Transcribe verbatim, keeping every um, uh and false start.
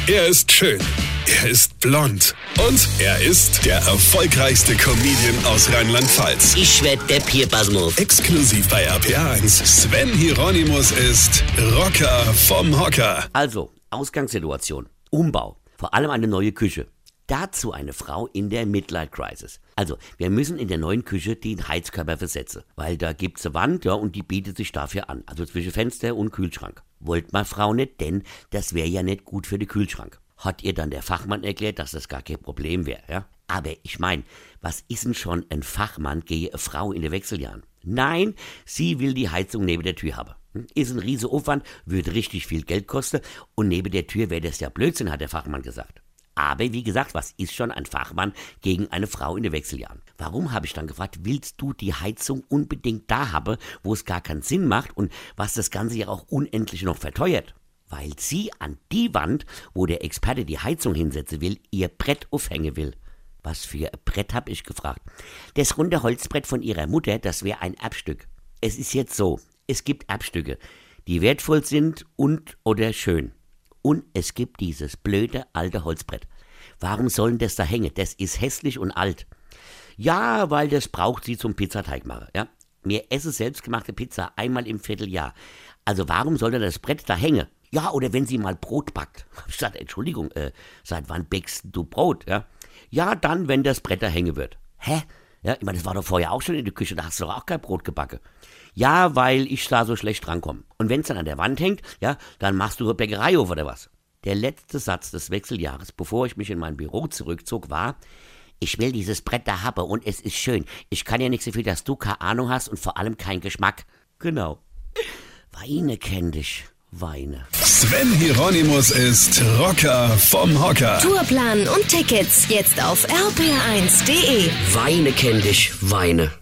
Er ist schön. Er ist blond. Und er ist der erfolgreichste Comedian aus Rheinland-Pfalz. Ich werd der Pierpasmus. Exklusiv bei R P A eins. Sven Hieronymus ist Rocker vom Hocker. Also, Ausgangssituation. Umbau. Vor allem eine neue Küche. Dazu eine Frau in der Midlife-Crisis. Also, wir müssen in der neuen Küche den Heizkörper versetzen, weil da gibt's eine Wand, ja, und die bietet sich dafür an. Also zwischen Fenster und Kühlschrank. Wollt mal Frau nicht, denn das wäre ja nicht gut für den Kühlschrank. Hat ihr dann der Fachmann erklärt, dass das gar kein Problem wäre, ja? Aber ich meine, was ist denn schon ein Fachmann gegen eine Frau in den Wechseljahren? Nein, sie will die Heizung neben der Tür haben. Ist ein riesen Aufwand, würde richtig viel Geld kosten und neben der Tür wäre das ja Blödsinn, hat der Fachmann gesagt. Aber wie gesagt, was ist schon ein Fachmann gegen eine Frau in den Wechseljahren? Warum, habe ich dann gefragt, willst du die Heizung unbedingt da haben, wo es gar keinen Sinn macht und was das Ganze ja auch unendlich noch verteuert? Weil sie an die Wand, wo der Experte die Heizung hinsetzen will, ihr Brett aufhängen will. Was für ein Brett, habe ich gefragt. Das runde Holzbrett von ihrer Mutter, das wäre ein Erbstück. Es ist jetzt so, es gibt Erbstücke, die wertvoll sind und oder schön. Und es gibt dieses blöde alte Holzbrett. Warum sollen das da hängen? Das ist hässlich und alt. Ja, weil das braucht sie zum Pizzateig machen. Ja? Mir esse selbstgemachte Pizza einmal im Vierteljahr. Also warum soll denn das Brett da hängen? Ja, oder wenn sie mal Brot backt. Ich sag, Entschuldigung, äh, seit wann backst du Brot? Ja? Ja, dann, wenn das Brett da hängen wird. Hä? Ja, ich meine, das war doch vorher auch schon in der Küche, da hast du doch auch kein Brot gebacken. Ja, weil ich da so schlecht drankomme. Und wenn es dann an der Wand hängt, ja, dann machst du eine Bäckerei auf oder was. Der letzte Satz des Wechseljahres, bevor ich mich in mein Büro zurückzog, war: Ich will dieses Brett da haben und es ist schön. Ich kann ja nicht so viel, dass du keine Ahnung hast und vor allem keinen Geschmack. Genau. Weine kenn dich, Weine. Sven Hieronymus ist Rocker vom Hocker. Tourplan und Tickets jetzt auf r p r eins punkt d e. Weine kenn dich, Weine.